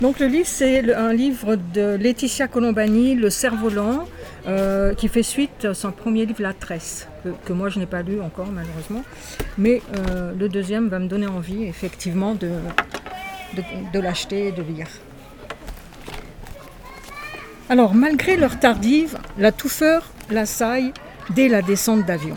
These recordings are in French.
Donc le livre, c'est un livre de Laetitia Colombani, Le Cerf-Volant, qui fait suite à son premier livre, La Tresse, que moi je n'ai pas lu encore malheureusement. Mais le deuxième va me donner envie effectivement de l'acheter et de lire. Alors malgré l'heure tardive, la touffeur l'assaille dès la descente d'avion.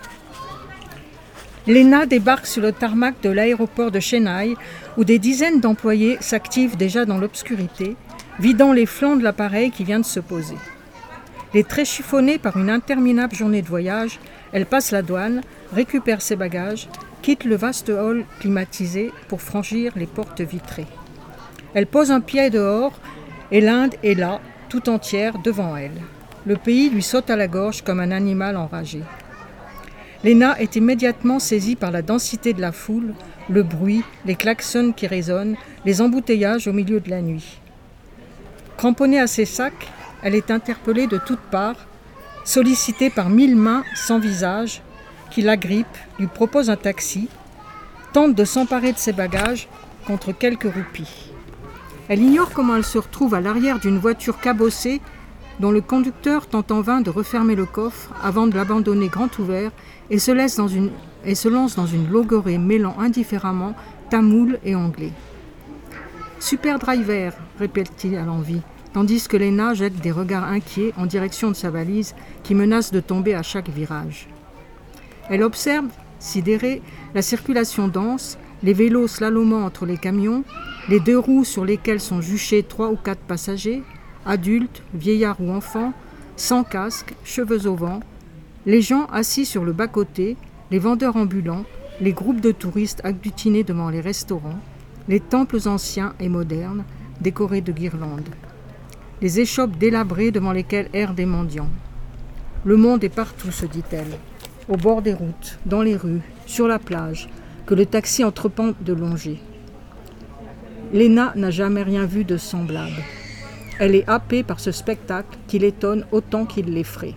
Léna débarque sur le tarmac de l'aéroport de Chennai, où des dizaines d'employés s'activent déjà dans l'obscurité, vidant les flancs de l'appareil qui vient de se poser. Les traits chiffonnés par une interminable journée de voyage, elle passe la douane, récupère ses bagages, quitte le vaste hall climatisé pour franchir les portes vitrées. Elle pose un pied dehors et l'Inde est là, tout entière, devant elle. Le pays lui saute à la gorge comme un animal enragé. Léna est immédiatement saisie par la densité de la foule, le bruit, les klaxons qui résonnent, les embouteillages au milieu de la nuit. Cramponnée à ses sacs, elle est interpellée de toutes parts, sollicitée par 1000 mains sans visage qui l'agrippent, lui proposent un taxi, tente de s'emparer de ses bagages contre quelques roupies. Elle ignore comment elle se retrouve à l'arrière d'une voiture cabossée dont le conducteur tente en vain de refermer le coffre avant de l'abandonner grand ouvert et se lance dans une logorrhée mêlant indifféremment tamoul et anglais. « Super driver !» répète-t-il à l'envi, tandis que Léna jette des regards inquiets en direction de sa valise qui menace de tomber à chaque virage. Elle observe, sidérée, la circulation dense, les vélos slalomant entre les camions, les 2 roues sur lesquelles sont juchés 3 ou 4 passagers, adultes, vieillards ou enfants, sans casque, cheveux au vent, les gens assis sur le bas-côté, les vendeurs ambulants, les groupes de touristes agglutinés devant les restaurants, les temples anciens et modernes, décorés de guirlandes, les échoppes délabrées devant lesquelles errent des mendiants. Le monde est partout, se dit-elle, au bord des routes, dans les rues, sur la plage, que le taxi entreprend de longer. Léna n'a jamais rien vu de semblable. Elle est happée par ce spectacle qui l'étonne autant qu'il l'effraie.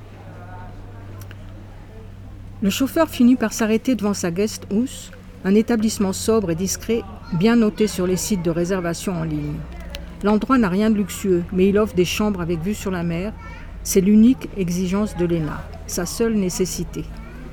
Le chauffeur finit par s'arrêter devant sa guest house, un établissement sobre et discret, bien noté sur les sites de réservation en ligne. L'endroit n'a rien de luxueux, mais il offre des chambres avec vue sur la mer. C'est l'unique exigence de Léna, sa seule nécessité.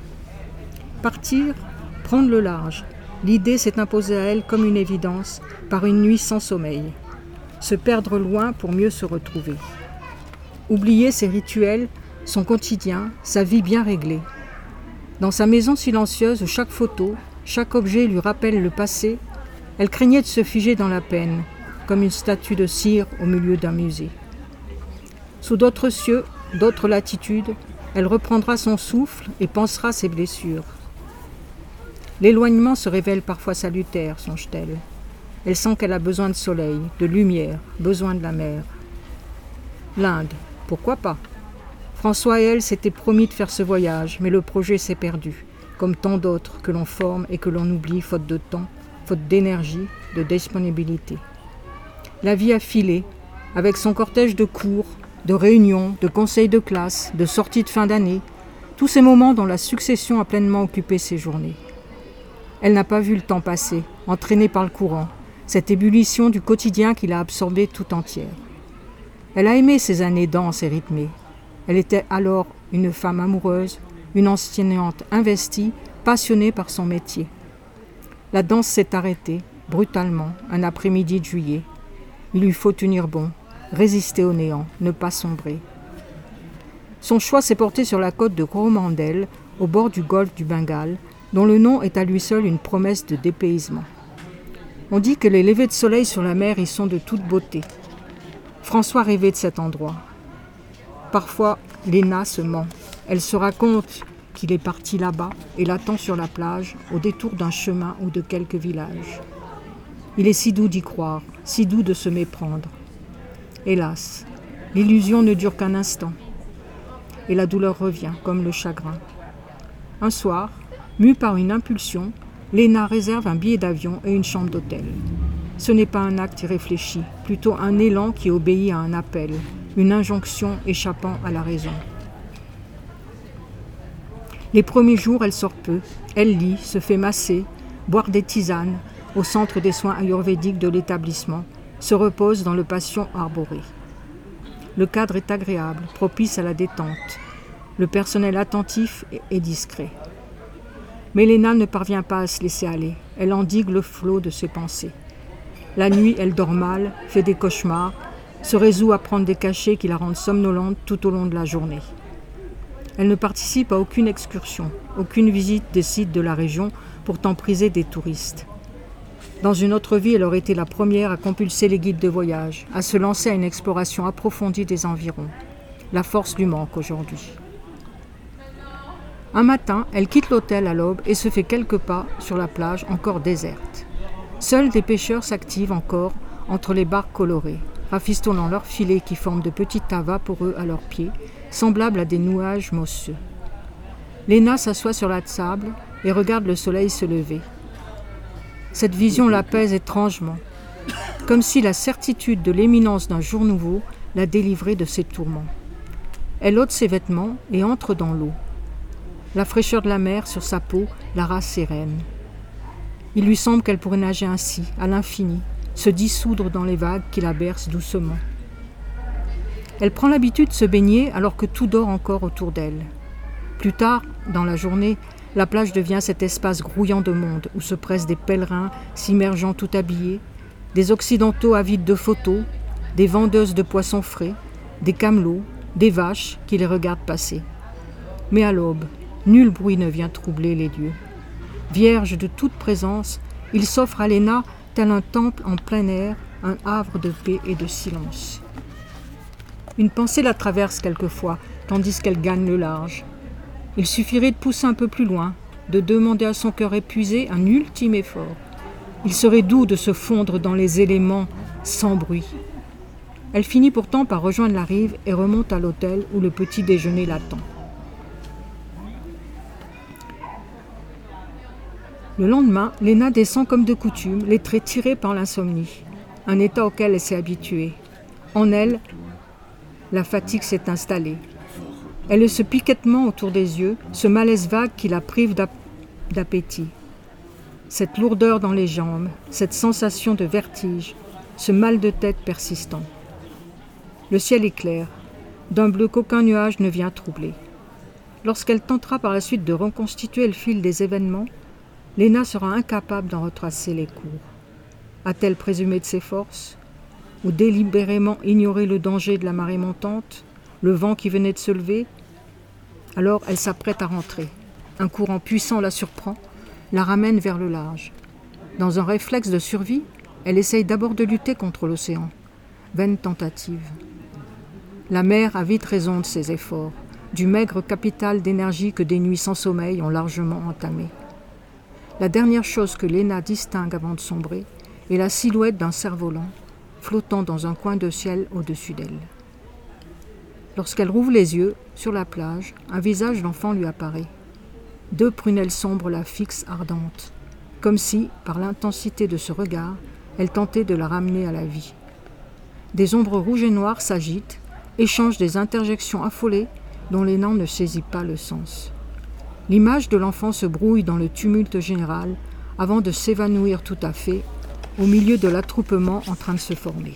Partir, prendre le large. L'idée s'est imposée à elle comme une évidence, par une nuit sans sommeil. Se perdre loin pour mieux se retrouver. Oublier ses rituels, son quotidien, sa vie bien réglée. Dans sa maison silencieuse où chaque photo, chaque objet lui rappelle le passé, elle craignait de se figer dans la peine, comme une statue de cire au milieu d'un musée. Sous d'autres cieux, d'autres latitudes, elle reprendra son souffle et pansera ses blessures. L'éloignement se révèle parfois salutaire, songe-t-elle. Elle sent qu'elle a besoin de soleil, de lumière, besoin de la mer. L'Inde, pourquoi pas ? François et elle s'étaient promis de faire ce voyage, mais le projet s'est perdu, comme tant d'autres que l'on forme et que l'on oublie faute de temps, faute d'énergie, de disponibilité. La vie a filé, avec son cortège de cours, de réunions, de conseils de classe, de sorties de fin d'année, tous ces moments dont la succession a pleinement occupé ses journées. Elle n'a pas vu le temps passer, entraînée par le courant, cette ébullition du quotidien qui l'a absorbée tout entière. Elle a aimé ces années denses et rythmées. Elle était alors une femme amoureuse, une enseignante investie, passionnée par son métier. La danse s'est arrêtée, brutalement, un après-midi de juillet. Il lui faut tenir bon, résister au néant, ne pas sombrer. Son choix s'est porté sur la côte de Coromandel, au bord du golfe du Bengale, dont le nom est à lui seul une promesse de dépaysement. On dit que les levées de soleil sur la mer y sont de toute beauté. François rêvait de cet endroit. Parfois, Léna se ment. Elle se raconte qu'il est parti là-bas et l'attend sur la plage, au détour d'un chemin ou de quelques villages. Il est si doux d'y croire, si doux de se méprendre. Hélas, l'illusion ne dure qu'un instant. Et la douleur revient, comme le chagrin. Un soir, mue par une impulsion, Léna réserve un billet d'avion et une chambre d'hôtel. Ce n'est pas un acte irréfléchi, plutôt un élan qui obéit à un appel, une injonction échappant à la raison. Les premiers jours, elle sort peu. Elle lit, se fait masser, boire des tisanes au centre des soins ayurvédiques de l'établissement, se repose dans le patio arboré. Le cadre est agréable, propice à la détente. Le personnel attentif et discret. Mais Léna ne parvient pas à se laisser aller. Elle endigue le flot de ses pensées. La nuit, elle dort mal, fait des cauchemars, se résout à prendre des cachets qui la rendent somnolente tout au long de la journée. Elle ne participe à aucune excursion, aucune visite des sites de la région, pourtant prisés des touristes. Dans une autre vie, elle aurait été la première à compulser les guides de voyage, à se lancer à une exploration approfondie des environs. La force lui manque aujourd'hui. Un matin, elle quitte l'hôtel à l'aube et se fait quelques pas sur la plage encore déserte. Seuls des pêcheurs s'activent encore entre les barques colorées, rafistonnant leurs filets qui forment de petits tas vaporeux à leurs pieds, semblables à des nuages mosseux. Léna s'assoit sur la sable et regarde le soleil se lever. Cette vision l'apaise étrangement, comme si la certitude de l'imminence d'un jour nouveau la délivrait de ses tourments. Elle ôte ses vêtements et entre dans l'eau. La fraîcheur de la mer sur sa peau la rend sereine. Il lui semble qu'elle pourrait nager ainsi, à l'infini, se dissoudre dans les vagues qui la bercent doucement. Elle prend l'habitude de se baigner alors que tout dort encore autour d'elle. Plus tard, dans la journée, la plage devient cet espace grouillant de monde où se pressent des pèlerins s'immergeant tout habillés, des occidentaux avides de photos, des vendeuses de poissons frais, des camelots, des vaches qui les regardent passer. Mais à l'aube, nul bruit ne vient troubler les lieux. Vierge de toute présence, il s'offre à Léna tel un temple en plein air, un havre de paix et de silence. Une pensée la traverse quelquefois, tandis qu'elle gagne le large. Il suffirait de pousser un peu plus loin, de demander à son cœur épuisé un ultime effort. Il serait doux de se fondre dans les éléments sans bruit. Elle finit pourtant par rejoindre la rive et remonte à l'hôtel où le petit déjeuner l'attend. Le lendemain, Léna descend comme de coutume, les traits tirés par l'insomnie, un état auquel elle s'est habituée. En elle, la fatigue s'est installée. Elle a ce piquettement autour des yeux, ce malaise vague qui la prive d'appétit. Cette lourdeur dans les jambes, cette sensation de vertige, ce mal de tête persistant. Le ciel est clair, d'un bleu qu'aucun nuage ne vient troubler. Lorsqu'elle tentera par la suite de reconstituer le fil des événements, Léna sera incapable d'en retracer les cours. A-t-elle présumé de ses forces? Ou délibérément ignoré le danger de la marée montante, le vent qui venait de se lever? Alors elle s'apprête à rentrer. Un courant puissant la surprend, la ramène vers le large. Dans un réflexe de survie, elle essaye d'abord de lutter contre l'océan. Vaine tentative. La mer a vite raison de ses efforts, du maigre capital d'énergie que des nuits sans sommeil ont largement entamé. La dernière chose que Léna distingue avant de sombrer est la silhouette d'un cerf-volant flottant dans un coin de ciel au-dessus d'elle. Lorsqu'elle rouvre les yeux, sur la plage, un visage d'enfant lui apparaît. 2 prunelles sombres la fixent ardente, comme si, par l'intensité de ce regard, elle tentait de la ramener à la vie. Des ombres rouges et noires s'agitent, échangent des interjections affolées dont Léna ne saisit pas le sens. L'image de l'enfant se brouille dans le tumulte général avant de s'évanouir tout à fait au milieu de l'attroupement en train de se former.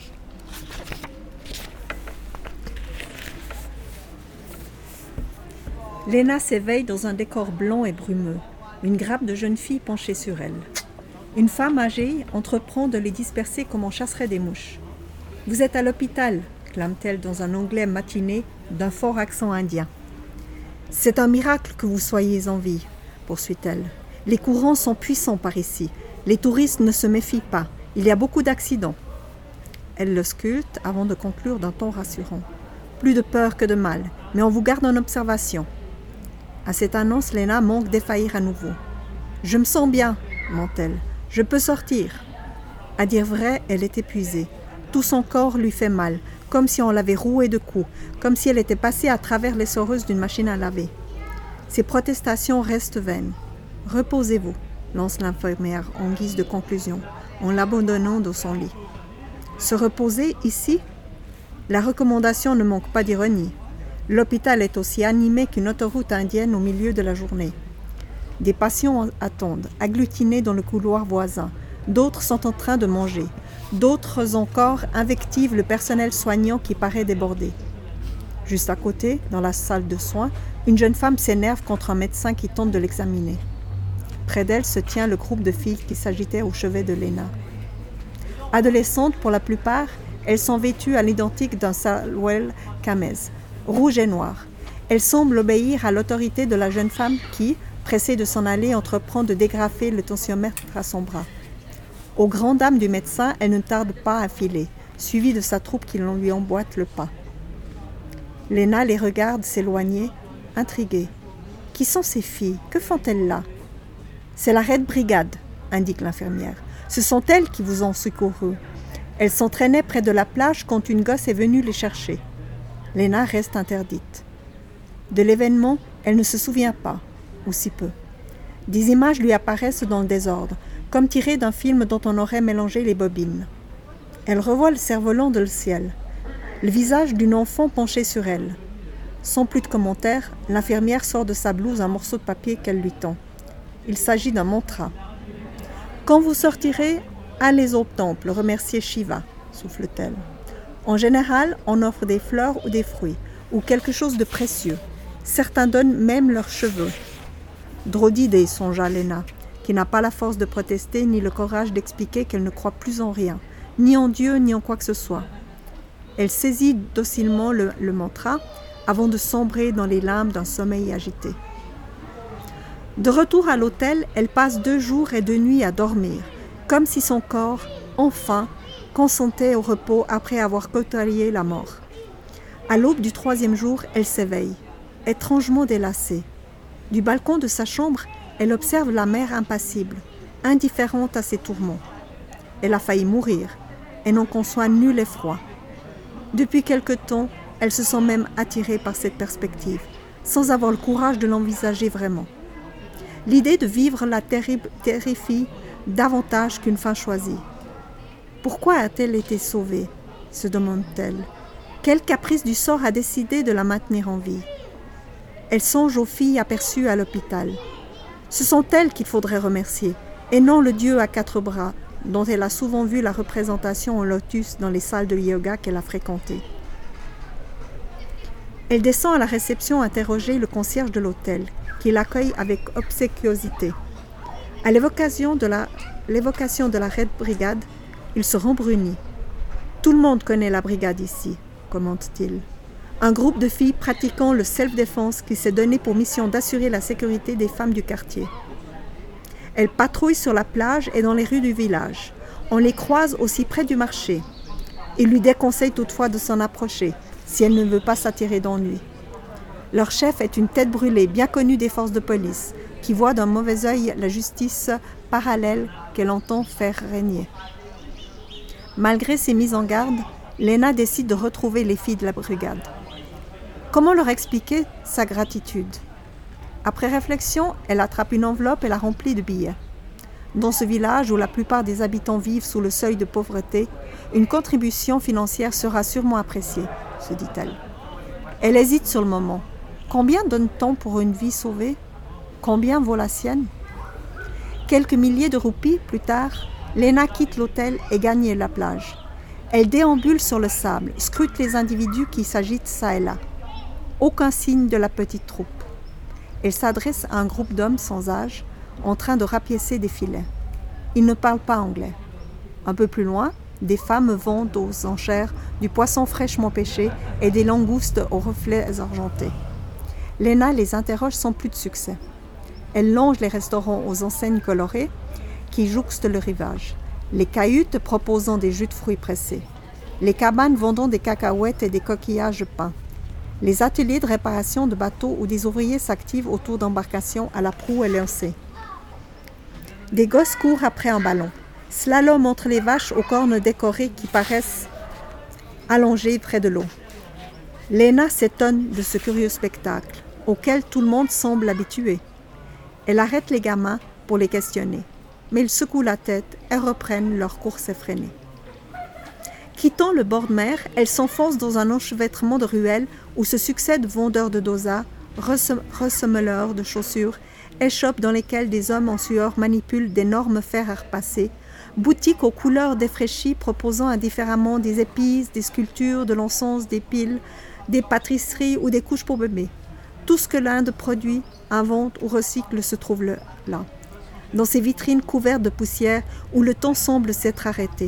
Léna s'éveille dans un décor blanc et brumeux, une grappe de jeunes filles penchées sur elle. Une femme âgée entreprend de les disperser comme on chasserait des mouches. « Vous êtes à l'hôpital », clame-t-elle dans un anglais matiné d'un fort accent indien. « C'est un miracle que vous soyez en vie », poursuit-elle. « Les courants sont puissants par ici. Les touristes ne se méfient pas. Il y a beaucoup d'accidents. » Elle le sculpte avant de conclure d'un ton rassurant. « Plus de peur que de mal, mais on vous garde en observation. » À cette annonce, Léna manque défaillir à nouveau. « Je me sens bien, » ment-elle. « Je peux sortir. » À dire vrai, elle est épuisée. Tout son corps lui fait mal, comme si on l'avait rouée de coups, comme si elle était passée à travers l'essoreuse d'une machine à laver. Ses protestations restent vaines. « Reposez-vous », lance l'infirmière en guise de conclusion, en l'abandonnant dans son lit. Se reposer ici? La recommandation ne manque pas d'ironie. L'hôpital est aussi animé qu'une autoroute indienne au milieu de la journée. Des patients attendent, agglutinés dans le couloir voisin, D'autres sont en train de manger. D'autres encore invectivent le personnel soignant qui paraît débordé. Juste à côté, dans la salle de soins, une jeune femme s'énerve contre un médecin qui tente de l'examiner. Près d'elle se tient le groupe de filles qui s'agitaient au chevet de Lena. Adolescentes pour la plupart, elles sont vêtues à l'identique d'un sarouel camèze, rouge et noir. Elles semblent obéir à l'autorité de la jeune femme qui, pressée de s'en aller, entreprend de dégrafer le tensiomètre à son bras. Aux grandes dames du médecin, elle ne tarde pas à filer, suivie de sa troupe qui lui emboîte le pas. Lena les regarde s'éloigner, intriguée. Qui sont ces filles? Que font-elles là? C'est la Red Brigade, indique l'infirmière. Ce sont elles qui vous ont secouru. Elles s'entraînaient près de la plage quand une gosse est venue les chercher. Lena reste interdite. De l'événement, elle ne se souvient pas, ou si peu. Des images lui apparaissent dans le désordre, comme tirées d'un film dont on aurait mélangé les bobines. Elle revoit le cerf-volant dans le ciel, le visage d'une enfant penchée sur elle. Sans plus de commentaires, l'infirmière sort de sa blouse un morceau de papier qu'elle lui tend. Il s'agit d'un mantra. « Quand vous sortirez, allez au temple, remercier Shiva », souffle-t-elle. En général, on offre des fleurs ou des fruits, ou quelque chose de précieux. Certains donnent même leurs cheveux. Drôle d'idée, songea Lena, qui n'a pas la force de protester ni le courage d'expliquer qu'elle ne croit plus en rien, ni en Dieu, ni en quoi que ce soit. Elle saisit docilement le mantra avant de sombrer dans les limbes d'un sommeil agité. De retour à l'hôtel, elle passe 2 jours et 2 nuits à dormir, comme si son corps, enfin, consentait au repos après avoir côtoyé la mort. À l'aube du 3e jour, elle s'éveille, étrangement délassée. Du balcon de sa chambre, elle observe la mer impassible, indifférente à ses tourments. Elle a failli mourir et n'en conçoit nul effroi. Depuis quelque temps, elle se sent même attirée par cette perspective, sans avoir le courage de l'envisager vraiment. L'idée de vivre la terrifie davantage qu'une fin choisie. Pourquoi a-t-elle été sauvée, se demande-t-elle. Quel caprice du sort a décidé de la maintenir en vie? Elle songe aux filles aperçues à l'hôpital. Ce sont elles qu'il faudrait remercier, et non le dieu à 4 bras, dont elle a souvent vu la représentation en lotus dans les salles de yoga qu'elle a fréquentées. Elle descend à la réception interroger le concierge de l'hôtel, qui l'accueille avec obséquiosité. À l'évocation de la Red Brigade, il se rembrunit. « Tout le monde connaît la brigade ici », commente-t-il. Un groupe de filles pratiquant le self-défense qui s'est donné pour mission d'assurer la sécurité des femmes du quartier. Elles patrouillent sur la plage et dans les rues du village. On les croise aussi près du marché. Il lui déconseille toutefois de s'en approcher, si elle ne veut pas s'attirer d'ennui. Leur chef est une tête brûlée, bien connue des forces de police, qui voit d'un mauvais œil la justice parallèle qu'elle entend faire régner. Malgré ces mises en garde, Lena décide de retrouver les filles de la brigade. Comment leur expliquer sa gratitude? Après réflexion, elle attrape une enveloppe et la remplit de billets. Dans ce village où la plupart des habitants vivent sous le seuil de pauvreté, une contribution financière sera sûrement appréciée, se dit-elle. Elle hésite sur le moment. Combien donne-t-on pour une vie sauvée? Combien vaut la sienne? Quelques milliers de roupies plus tard, Lena quitte l'hôtel et gagne la plage. Elle déambule sur le sable, scrute les individus qui s'agitent çà et là. Aucun signe de la petite troupe. Elle s'adresse à un groupe d'hommes sans âge, en train de rapiécer des filets. Ils ne parlent pas anglais. Un peu plus loin, des femmes vendent aux enchères du poisson fraîchement pêché et des langoustes aux reflets argentés. Lena les interroge sans plus de succès. Elle longe les restaurants aux enseignes colorées qui jouxtent le rivage, les cahutes proposant des jus de fruits pressés, les cabanes vendant des cacahuètes et des coquillages peints, les ateliers de réparation de bateaux où des ouvriers s'activent autour d'embarcations à la proue élancée. Des gosses courent après un ballon, slalom entre les vaches aux cornes décorées qui paraissent allongées près de l'eau. Lena s'étonne de ce curieux spectacle, auquel tout le monde semble habitué. Elle arrête les gamins pour les questionner, mais ils secouent la tête et reprennent leur course effrénée. Quittant le bord de mer, elle s'enfonce dans un enchevêtrement de ruelles où se succèdent vendeurs de dosas, ressemeleurs de chaussures, échoppes dans lesquelles des hommes en sueur manipulent d'énormes fers à repasser, Boutiques aux couleurs défraîchies proposant indifféremment des épices, des sculptures, de l'encens, des piles, des pâtisseries ou des couches pour bébés. Tout ce que l'Inde produit, invente ou recycle se trouve là, dans ces vitrines couvertes de poussière où le temps semble s'être arrêté.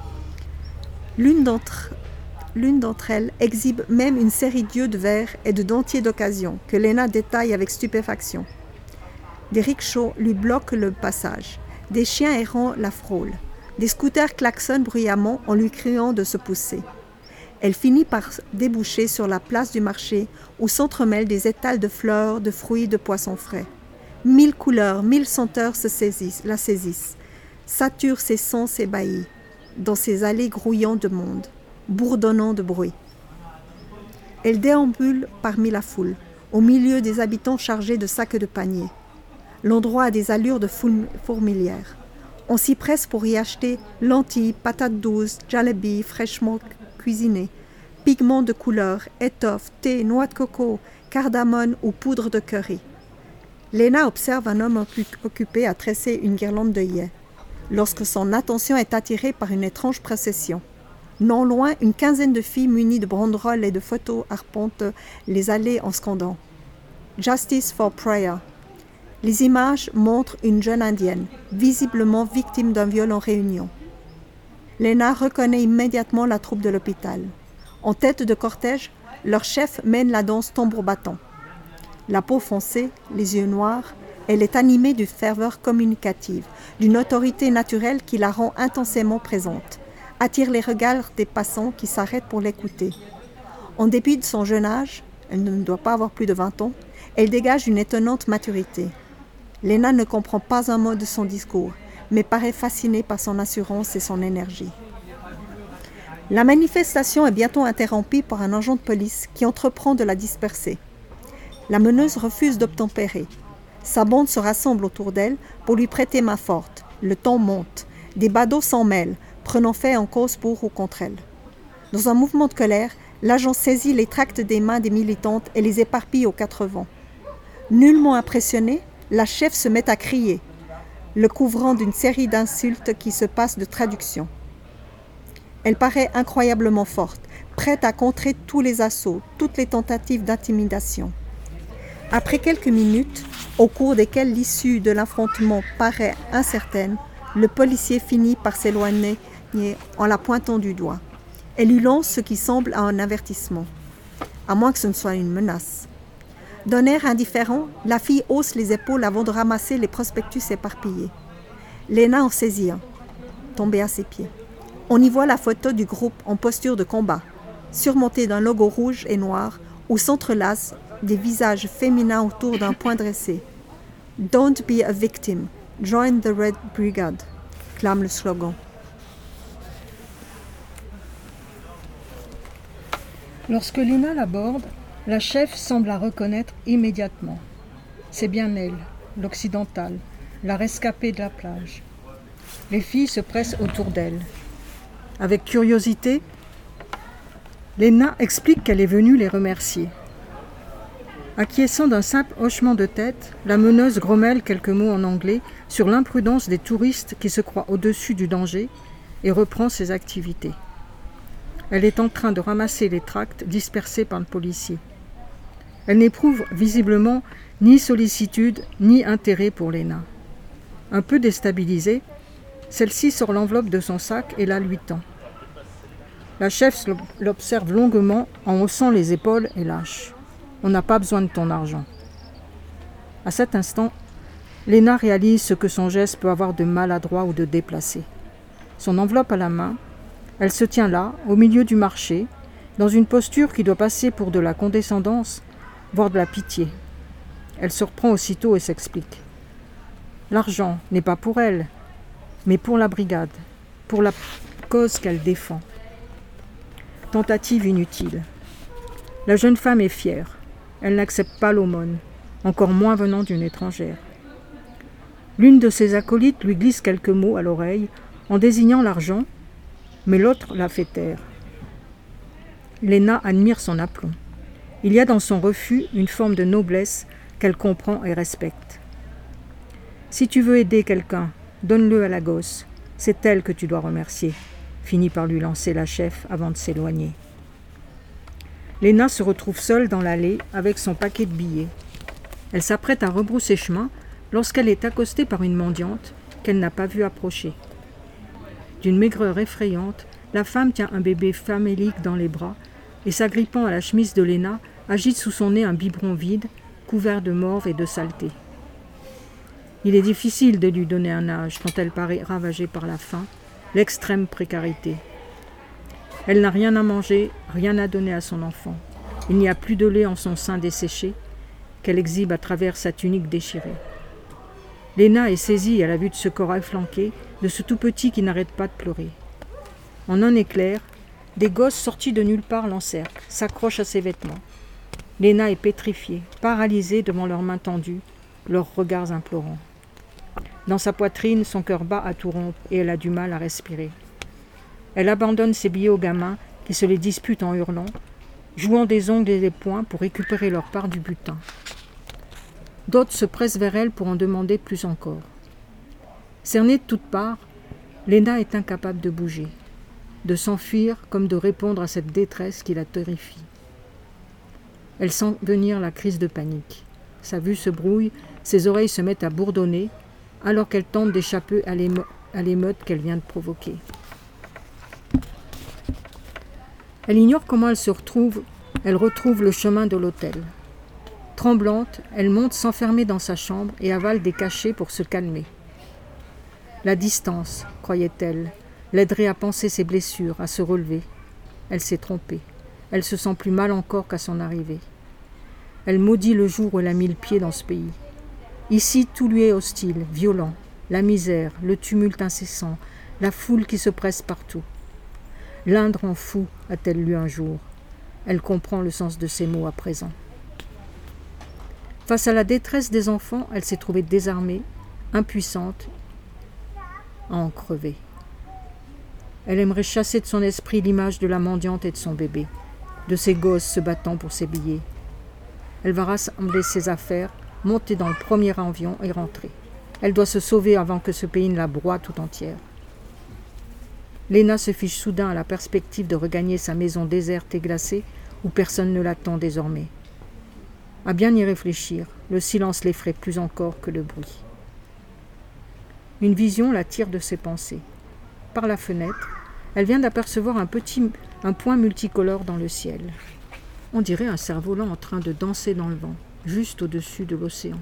L'une d'entre elles exhibe même une série d'yeux de verre et de dentiers d'occasion que Lena détaille avec stupéfaction. Des rickshaws lui bloquent le passage. Des chiens errants la frôlent. Des scooters klaxonnent bruyamment en lui criant de se pousser. Elle finit par déboucher sur la place du marché où s'entremêlent des étals de fleurs, de fruits, de poissons frais. 1000 couleurs, 1000 senteurs la saisissent, saturent ses sens ébahis, dans ces allées grouillant de monde, bourdonnant de bruit. Elle déambule parmi la foule, au milieu des habitants chargés de sacs de paniers. L'endroit a des allures de fourmilière. On s'y presse pour y acheter lentilles, patates douces, jalebi fraîchement cuisinées, pigments de couleur, étoffes, thé, noix de coco, cardamome ou poudre de curry. Lena observe un homme occupé à tresser une guirlande d'œillets, lorsque son attention est attirée par une étrange procession. Non loin, une quinzaine de filles munies de banderoles et de photos arpentent les allées en scandant « Justice for Prayer ». Les images montrent une jeune indienne, visiblement victime d'un viol en réunion. Lena reconnaît immédiatement la troupe de l'hôpital. En tête de cortège, leur chef mène la danse tambour battant. La peau foncée, les yeux noirs, elle est animée d'une ferveur communicative, d'une autorité naturelle qui la rend intensément présente, attire les regards des passants qui s'arrêtent pour l'écouter. En dépit de son jeune âge, elle ne doit pas avoir plus de 20 ans, elle dégage une étonnante maturité. Lena ne comprend pas un mot de son discours, mais paraît fascinée par son assurance et son énergie. La manifestation est bientôt interrompue par un agent de police qui entreprend de la disperser. La meneuse refuse d'obtempérer. Sa bande se rassemble autour d'elle pour lui prêter main forte. Le ton monte. Des badauds s'en mêlent, prenant fait en cause pour ou contre elle. Dans un mouvement de colère, l'agent saisit les tracts des mains des militantes et les éparpille aux quatre vents. Nullement impressionnée, la chef se met à crier, le couvrant d'une série d'insultes qui se passent de traduction. Elle paraît incroyablement forte, prête à contrer tous les assauts, toutes les tentatives d'intimidation. Après quelques minutes, au cours desquelles l'issue de l'affrontement paraît incertaine, le policier finit par s'éloigner en la pointant du doigt. Elle lui lance ce qui semble un avertissement, à moins que ce ne soit une menace. D'un air indifférent, la fille hausse les épaules avant de ramasser les prospectus éparpillés. Lena en saisit un, tombé à ses pieds. On y voit la photo du groupe en posture de combat, surmontée d'un logo rouge et noir où s'entrelacent des visages féminins autour d'un point dressé. « Don't be a victim, join the Red Brigade », clame le slogan. Lorsque Lena l'aborde, la chef semble la reconnaître immédiatement. C'est bien elle, l'occidentale, la rescapée de la plage. Les filles se pressent autour d'elle. Avec curiosité, Lena explique qu'elle est venue les remercier. Acquiesçant d'un simple hochement de tête, la meneuse grommelle quelques mots en anglais sur l'imprudence des touristes qui se croient au-dessus du danger et reprend ses activités. Elle est en train de ramasser les tracts dispersés par le policier. Elle n'éprouve visiblement ni sollicitude ni intérêt pour Lena. Un peu déstabilisée, celle-ci sort l'enveloppe de son sac et la lui tend. La chef l'observe longuement en haussant les épaules et lâche. « On n'a pas besoin de ton argent. » À cet instant, Lena réalise ce que son geste peut avoir de maladroit ou de déplacé. Son enveloppe à la main, elle se tient là, au milieu du marché, dans une posture qui doit passer pour de la condescendance, voire de la pitié. Elle se reprend aussitôt et s'explique. L'argent n'est pas pour elle, mais pour la brigade, pour la cause qu'elle défend. Tentative inutile. La jeune femme est fière. Elle n'accepte pas l'aumône, encore moins venant d'une étrangère. L'une de ses acolytes lui glisse quelques mots à l'oreille en désignant l'argent, mais l'autre la fait taire. Lena admire son aplomb. Il y a dans son refus une forme de noblesse qu'elle comprend et respecte. Si tu veux aider quelqu'un, donne-le à la gosse. C'est elle que tu dois remercier, finit par lui lancer la chef avant de s'éloigner. Léna se retrouve seule dans l'allée avec son paquet de billets. Elle s'apprête à rebrousser chemin lorsqu'elle est accostée par une mendiante qu'elle n'a pas vue approcher. D'une maigreur effrayante, la femme tient un bébé famélique dans les bras et, s'agrippant à la chemise de Léna, agite sous son nez un biberon vide, couvert de morve et de saleté. Il est difficile de lui donner un âge quand elle paraît ravagée par la faim, l'extrême précarité. Elle n'a rien à manger, rien à donner à son enfant. Il n'y a plus de lait en son sein desséché, qu'elle exhibe à travers sa tunique déchirée. Léna est saisie à la vue de ce corps efflanqué, de ce tout petit qui n'arrête pas de pleurer. En un éclair, des gosses sortis de nulle part l'encerclent, s'accrochent à ses vêtements. Léna est pétrifiée, paralysée devant leurs mains tendues, leurs regards implorants. Dans sa poitrine, son cœur bat à tout rompre et elle a du mal à respirer. Elle abandonne ses billets aux gamins qui se les disputent en hurlant, jouant des ongles et des poings pour récupérer leur part du butin. D'autres se pressent vers elle pour en demander plus encore. Cernée de toutes parts, Léna est incapable de bouger, de s'enfuir comme de répondre à cette détresse qui la terrifie. Elle sent venir la crise de panique. Sa vue se brouille, ses oreilles se mettent à bourdonner, alors qu'elle tente d'échapper à l'émeute qu'elle vient de provoquer. Elle ignore comment elle retrouve le chemin de l'hôtel. Tremblante, elle monte s'enfermer dans sa chambre et avale des cachets pour se calmer. La distance, croyait-elle, l'aiderait à panser ses blessures, à se relever. Elle s'est trompée. Elle se sent plus mal encore qu'à son arrivée. Elle maudit le jour où elle a mis le pied dans ce pays. Ici, tout lui est hostile, violent. La misère, le tumulte incessant, la foule qui se presse partout. L'Inde rend fou, a-t-elle lu un jour. Elle comprend le sens de ces mots à présent. Face à la détresse des enfants, elle s'est trouvée désarmée, impuissante, à en crever. Elle aimerait chasser de son esprit l'image de la mendiante et de son bébé, de ses gosses se battant pour ses billets. Elle va rassembler ses affaires, monter dans le premier avion et rentrer. Elle doit se sauver avant que ce pays ne la broie tout entière. Léna se fiche soudain à la perspective de regagner sa maison déserte et glacée où personne ne l'attend désormais. À bien y réfléchir, le silence l'effraie plus encore que le bruit. Une vision la tire de ses pensées. Par la fenêtre, elle vient d'apercevoir un point multicolore dans le ciel. On dirait un cerf-volant en train de danser dans le vent, juste au-dessus de l'océan.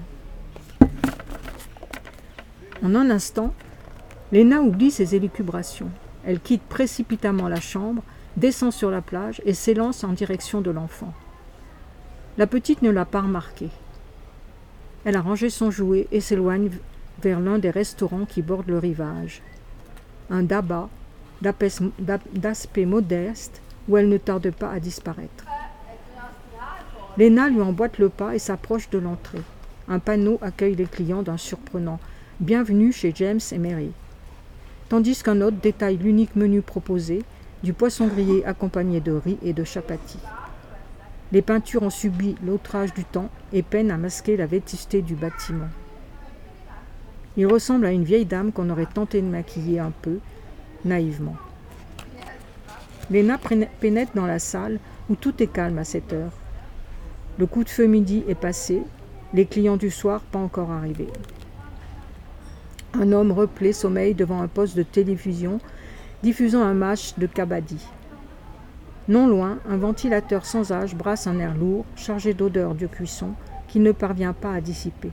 En un instant, Léna oublie ses élucubrations. Elle quitte précipitamment la chambre, descend sur la plage et s'élance en direction de l'enfant. La petite ne l'a pas remarqué. Elle a rangé son jouet et s'éloigne vers l'un des restaurants qui bordent le rivage. Un daba d'aspect modeste où elle ne tarde pas à disparaître. Léna lui emboîte le pas et s'approche de l'entrée. Un panneau accueille les clients d'un surprenant « Bienvenue chez James et Mary », tandis qu'un autre détaille l'unique menu proposé, du poisson grillé accompagné de riz et de chapati. Les peintures ont subi l'outrage du temps et peinent à masquer la vétusté du bâtiment. Il ressemble à une vieille dame qu'on aurait tenté de maquiller un peu, naïvement. Léna pénètre dans la salle où tout est calme à cette heure. Le coup de feu midi est passé, les clients du soir pas encore arrivés. Un homme replé sommeille devant un poste de télévision diffusant un match de kabaddi. Non loin, un ventilateur sans âge brasse un air lourd, chargé d'odeurs de cuisson, qu'il ne parvient pas à dissiper.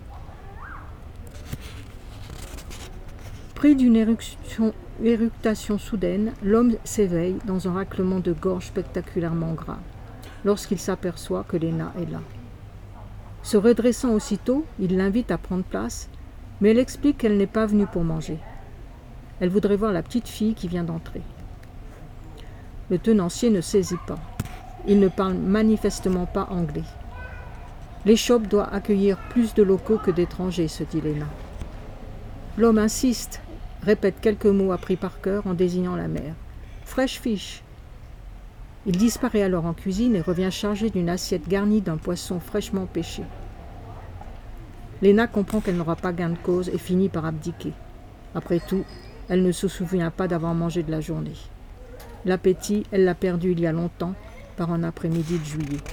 Pris d'une éructation soudaine, l'homme s'éveille dans un raclement de gorge spectaculairement gras, lorsqu'il s'aperçoit que Léna est là. Se redressant aussitôt, il l'invite à prendre place, mais elle explique qu'elle n'est pas venue pour manger. Elle voudrait voir la petite fille qui vient d'entrer. Le tenancier ne saisit pas. Il ne parle manifestement pas anglais. L'échoppe doit accueillir plus de locaux que d'étrangers, se dit Léna. L'homme insiste, répète quelques mots appris par cœur en désignant la mère. « Fresh fish ». Il disparaît alors en cuisine et revient chargé d'une assiette garnie d'un poisson fraîchement pêché. Léna comprend qu'elle n'aura pas gain de cause et finit par abdiquer. Après tout, Elle ne se souvient pas d'avoir mangé de la journée. L'appétit, elle l'a perdu il y a longtemps, par un après-midi de juillet.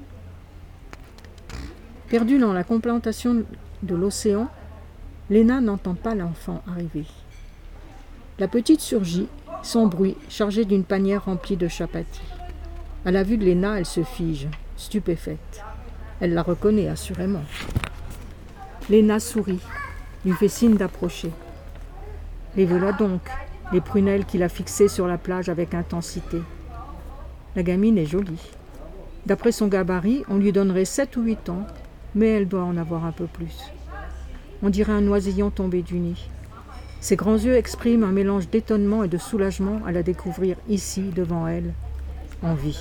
Perdue dans la contemplation de l'océan, Léna n'entend pas l'enfant arriver. La petite surgit, sans bruit, chargée d'une panière remplie de chapatis. À la vue de Léna, elle se fige, stupéfaite. Elle la reconnaît assurément. Léna sourit, lui fait signe d'approcher. Les voilà donc, les prunelles qu'il a fixées sur la plage avec intensité. La gamine est jolie. D'après son gabarit, on lui donnerait 7 ou 8 ans, mais elle doit en avoir un peu plus. On dirait un oisillon tombé du nid. Ses grands yeux expriment un mélange d'étonnement et de soulagement à la découvrir ici, devant elle, en vie.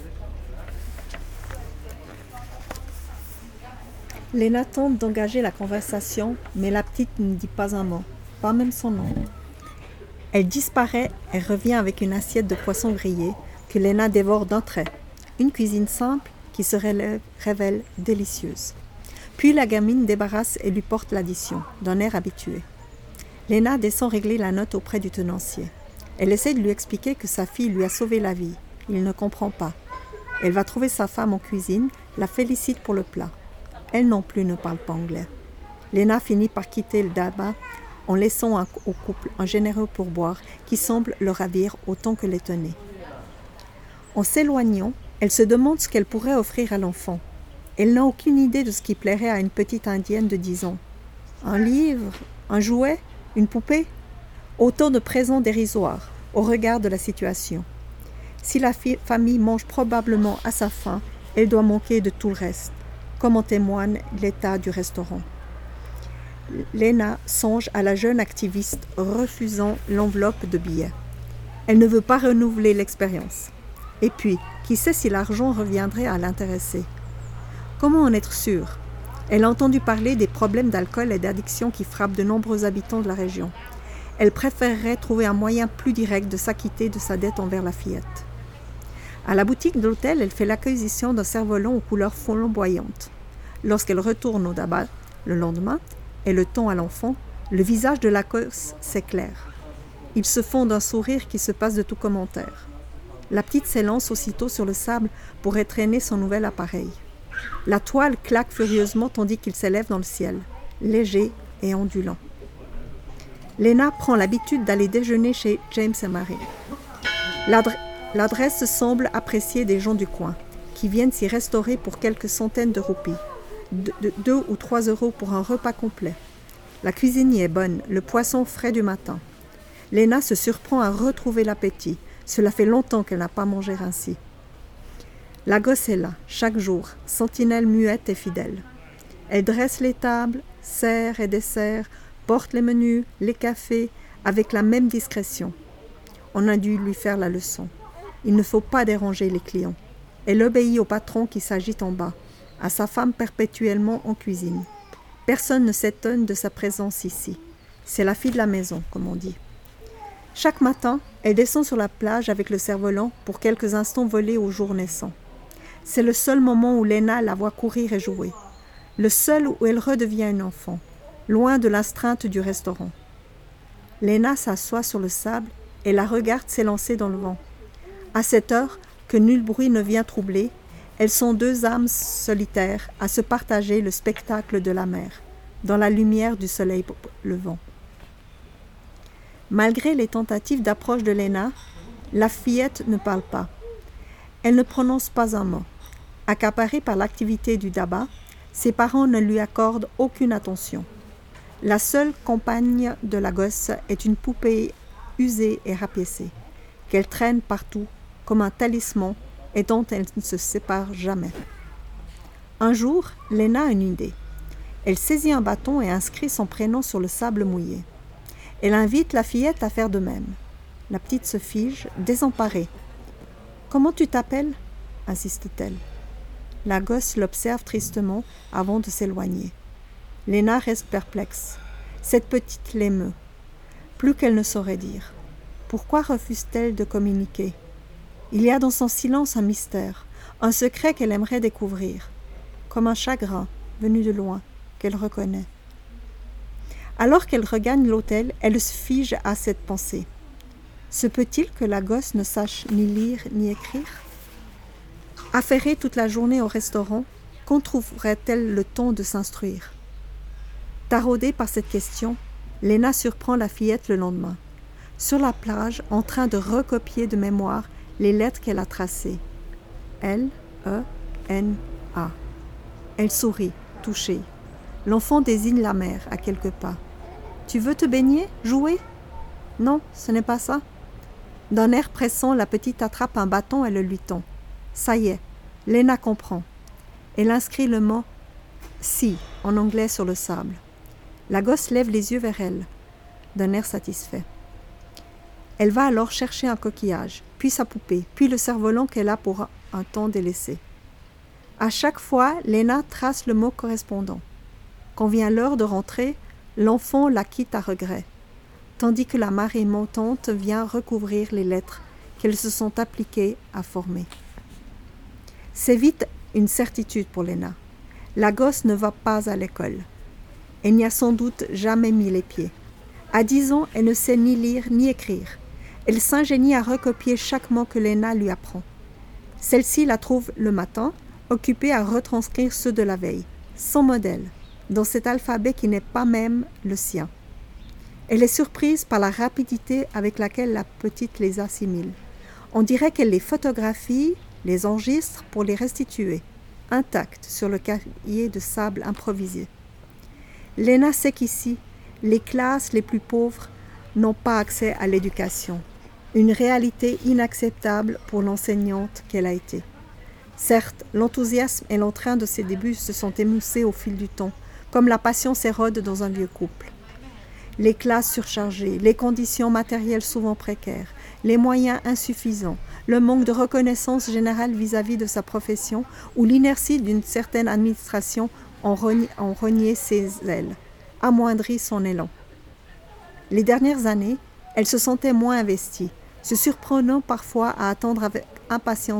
Léna tente d'engager la conversation, mais la petite ne dit pas un mot, pas même son nom. Elle disparaît et revient avec une assiette de poisson grillé que Léna dévore d'un trait. Une cuisine simple qui se révèle délicieuse. Puis la gamine débarrasse et lui porte l'addition, d'un air habitué. Léna descend régler la note auprès du tenancier. Elle essaie de lui expliquer que sa fille lui a sauvé la vie. Il ne comprend pas. Elle va trouver sa femme en cuisine, la félicite pour le plat. Elle non plus ne parle pas anglais. Léna finit par quitter le daba en laissant au couple un généreux pourboire qui semble le ravir autant que l'étonner. En s'éloignant, elle se demande ce qu'elle pourrait offrir à l'enfant. Elle n'a aucune idée de ce qui plairait à une petite indienne de 10 ans. Un livre, un jouet, une poupée, autant de présents dérisoires au regard de la situation. Si la famille mange probablement à sa faim, elle doit manquer de tout le reste, comme en témoigne l'état du restaurant. Léna songe à la jeune activiste refusant l'enveloppe de billets. Elle ne veut pas renouveler l'expérience. Et puis, qui sait si l'argent reviendrait à l'intéresser? Comment en être sûre? Elle a entendu parler des problèmes d'alcool et d'addiction qui frappent de nombreux habitants de la région. Elle préférerait trouver un moyen plus direct de s'acquitter de sa dette envers la fillette. À la boutique de l'hôtel, elle fait l'acquisition d'un cerf-volant aux couleurs flamboyantes. Lorsqu'elle retourne au daba le lendemain et le tend à l'enfant, le visage de la gosse s'éclaire. Il se fond d'un sourire qui se passe de tout commentaire. La petite s'élance aussitôt sur le sable pour entraîner son nouvel appareil. La toile claque furieusement tandis qu'il s'élève dans le ciel, léger et ondulant. Léna prend l'habitude d'aller déjeuner chez James et Mary. L'adresse semble appréciée des gens du coin, qui viennent s'y restaurer pour quelques centaines de roupies, 2 ou 3 euros pour un repas complet. La cuisine y est bonne, le poisson frais du matin. Léna se surprend à retrouver l'appétit. Cela fait longtemps qu'elle n'a pas mangé ainsi. La gosse est là, chaque jour, sentinelle muette et fidèle. Elle dresse les tables, sert et dessert, porte les menus, les cafés, avec la même discrétion. On a dû lui faire la leçon. Il ne faut pas déranger les clients. Elle obéit au patron qui s'agite en bas, à sa femme perpétuellement en cuisine. Personne ne s'étonne de sa présence ici. C'est la fille de la maison, comme on dit. Chaque matin, elle descend sur la plage avec le cerf-volant pour quelques instants voler au jour naissant. C'est le seul moment où Léna la voit courir et jouer. Le seul où elle redevient une enfant, loin de l'astreinte du restaurant. Léna s'assoit sur le sable et la regarde s'élancer dans le vent. À cette heure, que nul bruit ne vient troubler, elles sont 2 âmes solitaires à se partager le spectacle de la mer, dans la lumière du soleil levant. Malgré les tentatives d'approche de Léna, la fillette ne parle pas. Elle ne prononce pas un mot. Accaparée par l'activité du daba, ses parents ne lui accordent aucune attention. La seule compagne de la gosse est une poupée usée et rapiécée, qu'elle traîne partout comme un talisman et dont elle ne se sépare jamais. Un jour, Léna a une idée. Elle saisit un bâton et inscrit son prénom sur le sable mouillé. Elle invite la fillette à faire de même. La petite se fige, désemparée. « Comment tu t'appelles » insiste-t-elle. La gosse l'observe tristement avant de s'éloigner. Léna reste perplexe. Cette petite l'émeut. Plus qu'elle ne saurait dire. Pourquoi refuse-t-elle de communiquer? Il y a dans son silence un mystère, un secret qu'elle aimerait découvrir, comme un chagrin venu de loin qu'elle reconnaît. Alors qu'elle regagne l'hôtel, elle se fige à cette pensée. Se peut-il que la gosse ne sache ni lire ni écrire? Affairée toute la journée au restaurant, quand trouverait-elle le temps de s'instruire? Taraudée par cette question, Léna surprend la fillette le lendemain, sur la plage, en train de recopier de mémoire les lettres qu'elle a tracées. L-E-N-A. Elle sourit, touchée. L'enfant désigne la mer, à quelques pas. « Tu veux te baigner, jouer ?»« Non, ce n'est pas ça. » D'un air pressant, la petite attrape un bâton et le lui tend. Ça y est, Léna comprend. Elle inscrit le mot « si » en anglais sur le sable. La gosse lève les yeux vers elle, d'un air satisfait. Elle va alors chercher un coquillage, puis sa poupée, puis le cerf-volant qu'elle a pour un temps délaissé. À chaque fois, Léna trace le mot correspondant. Quand vient l'heure de rentrer, l'enfant la quitte à regret, tandis que la marée montante vient recouvrir les lettres qu'elles se sont appliquées à former. C'est vite une certitude pour Léna. La gosse ne va pas à l'école. Elle n'y a sans doute jamais mis les pieds. À 10 ans, elle ne sait ni lire ni écrire. Elle s'ingénie à recopier chaque mot que Léna lui apprend. Celle-ci la trouve le matin, occupée à retranscrire ceux de la veille, sans modèle, dans cet alphabet qui n'est pas même le sien. Elle est surprise par la rapidité avec laquelle la petite les assimile. On dirait qu'elle les photographie, les enregistre pour les restituer, intactes sur le cahier de sable improvisé. Léna sait qu'ici, les classes les plus pauvres n'ont pas accès à l'éducation, une réalité inacceptable pour l'enseignante qu'elle a été. Certes, l'enthousiasme et l'entrain de ses débuts se sont émoussés au fil du temps, comme la passion s'érode dans un vieux couple. Les classes surchargées, les conditions matérielles souvent précaires, les moyens insuffisants, le manque de reconnaissance générale vis-à-vis de sa profession ou l'inertie d'une certaine administration ont rogné ses ailes, amoindri son élan. Les dernières années, elle se sentait moins investie, se surprenant parfois à attendre avec impatience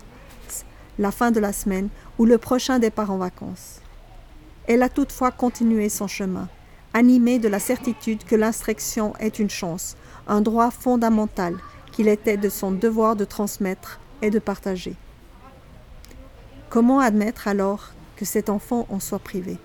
la fin de la semaine ou le prochain départ en vacances. Elle a toutefois continué son chemin, animée de la certitude que l'instruction est une chance, un droit fondamental qu'il était de son devoir de transmettre et de partager. Comment admettre alors que cet enfant en soit privé?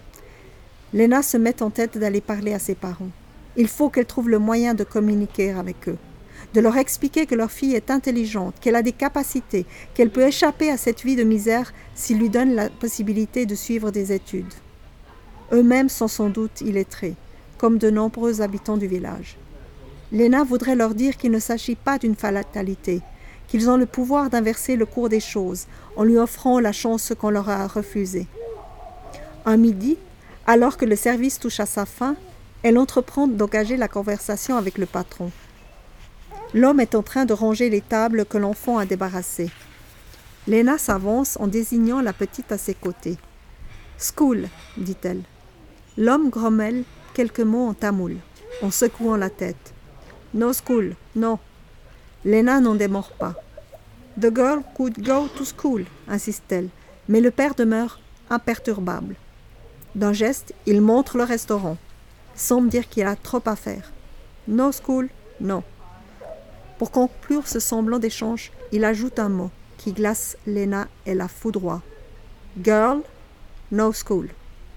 Léna se met en tête d'aller parler à ses parents. Il faut qu'elle trouve le moyen de communiquer avec eux, de leur expliquer que leur fille est intelligente, qu'elle a des capacités, qu'elle peut échapper à cette vie de misère s'ils lui donnent la possibilité de suivre des études. Eux-mêmes sont sans doute illettrés, comme de nombreux habitants du village. Léna voudrait leur dire qu'il ne s'agit pas d'une fatalité, qu'ils ont le pouvoir d'inverser le cours des choses en lui offrant la chance qu'on leur a refusée. Un midi, alors que le service touche à sa fin, elle entreprend d'engager la conversation avec le patron. L'homme est en train de ranger les tables que l'enfant a débarrassées. Léna s'avance en désignant la petite à ses côtés. « School », dit-elle. L'homme grommelle quelques mots en tamoul, en secouant la tête. « No school, non ». Léna n'en démord pas. « The girl could go to school », insiste-t-elle, mais le père demeure imperturbable. D'un geste, il montre le restaurant. Semble dire qu'il a trop à faire. « No school, non ». Pour conclure ce semblant d'échange, il ajoute un mot qui glace Léna et la foudroie. « Girl, no school ».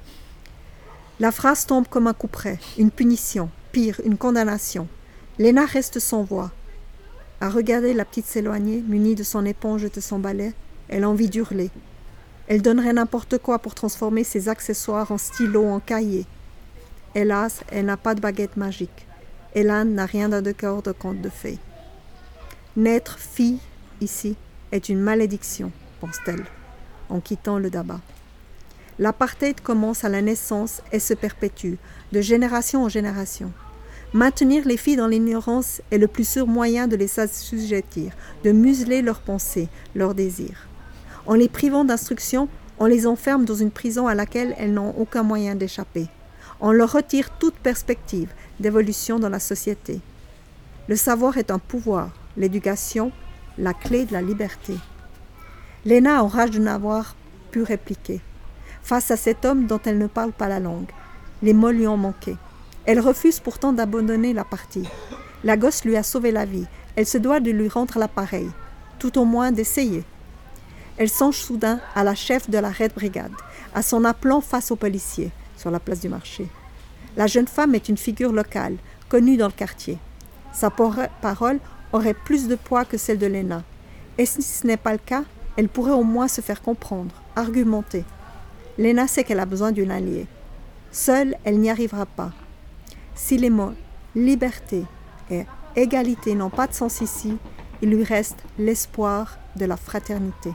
La phrase tombe comme un couperet, une punition, pire, une condamnation. Léna reste sans voix. À regarder la petite s'éloigner, munie de son éponge et de son balai, elle a envie d'hurler. Elle donnerait n'importe quoi pour transformer ses accessoires en stylos, en cahiers. Hélas, elle n'a pas de baguette magique. Hélène n'a rien d'un décor de conte de fées. Naître fille, ici, est une malédiction, pense-t-elle, en quittant le Daba. L'apartheid commence à la naissance et se perpétue, de génération en génération. Maintenir les filles dans l'ignorance est le plus sûr moyen de les assujettir, de museler leurs pensées, leurs désirs. En les privant d'instruction, on les enferme dans une prison à laquelle elles n'ont aucun moyen d'échapper. On leur retire toute perspective d'évolution dans la société. Le savoir est un pouvoir, l'éducation, la clé de la liberté. Léna enrage de n'avoir pu répliquer. Face à cet homme dont elle ne parle pas la langue, les mots lui ont manqué. Elle refuse pourtant d'abandonner la partie. La gosse lui a sauvé la vie. Elle se doit de lui rendre l'appareil, tout au moins d'essayer. Elle songe soudain à la chef de la Red Brigade, à son aplomb face aux policiers, sur la place du marché. La jeune femme est une figure locale, connue dans le quartier. Sa parole aurait plus de poids que celle de Lena. Et si ce n'est pas le cas, elle pourrait au moins se faire comprendre, argumenter. Lena sait qu'elle a besoin d'une alliée. Seule, elle n'y arrivera pas. Si les mots « liberté » et « égalité » n'ont pas de sens ici, il lui reste l'espoir de la fraternité.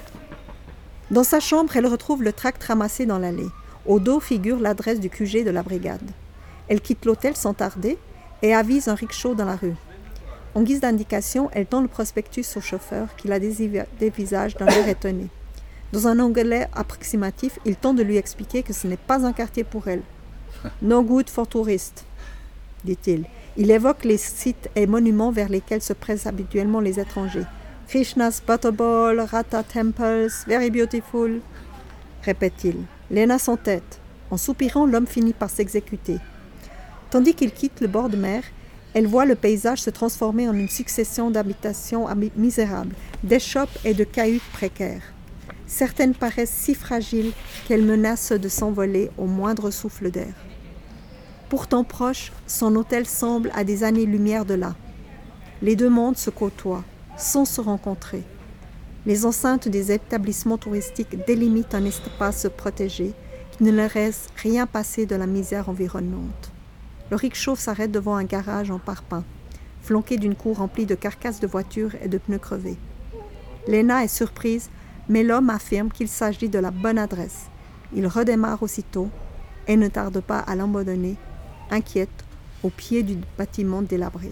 Dans sa chambre, elle retrouve le tract ramassé dans l'allée. Au dos figure l'adresse du QG de la brigade. Elle quitte l'hôtel sans tarder et avise un rickshaw dans la rue. En guise d'indication, elle tend le prospectus au chauffeur qui la dévisage d'un air étonné. Dans un anglais approximatif, il tente de lui expliquer que ce n'est pas un quartier pour elle. « No good for tourists », dit-il. Il évoque les sites et monuments vers lesquels se pressent habituellement les étrangers. « Krishna's Butterball, Ratha Temples, very beautiful », répète-t-il. Lena s'entête. En soupirant, l'homme finit par s'exécuter. Tandis qu'il quitte le bord de mer, elle voit le paysage se transformer en une succession d'habitations misérables, d'échoppes et de cahutes précaires. Certaines paraissent si fragiles qu'elles menacent de s'envoler au moindre souffle d'air. Pourtant proche, son hôtel semble à des années-lumière de là. Les deux mondes se côtoient, sans se rencontrer. Les enceintes des établissements touristiques délimitent un espace protégé qui ne leur laisse rien passer de la misère environnante. Le rickshaw s'arrête devant un garage en parpaing, flanqué d'une cour remplie de carcasses de voitures et de pneus crevés. Lena est surprise, mais l'homme affirme qu'il s'agit de la bonne adresse. Il redémarre aussitôt et ne tarde pas à l'abandonner, inquiète, au pied du bâtiment délabré.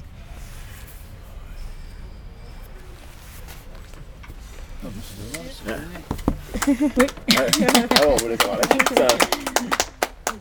Oui. Ah bon, d'accord.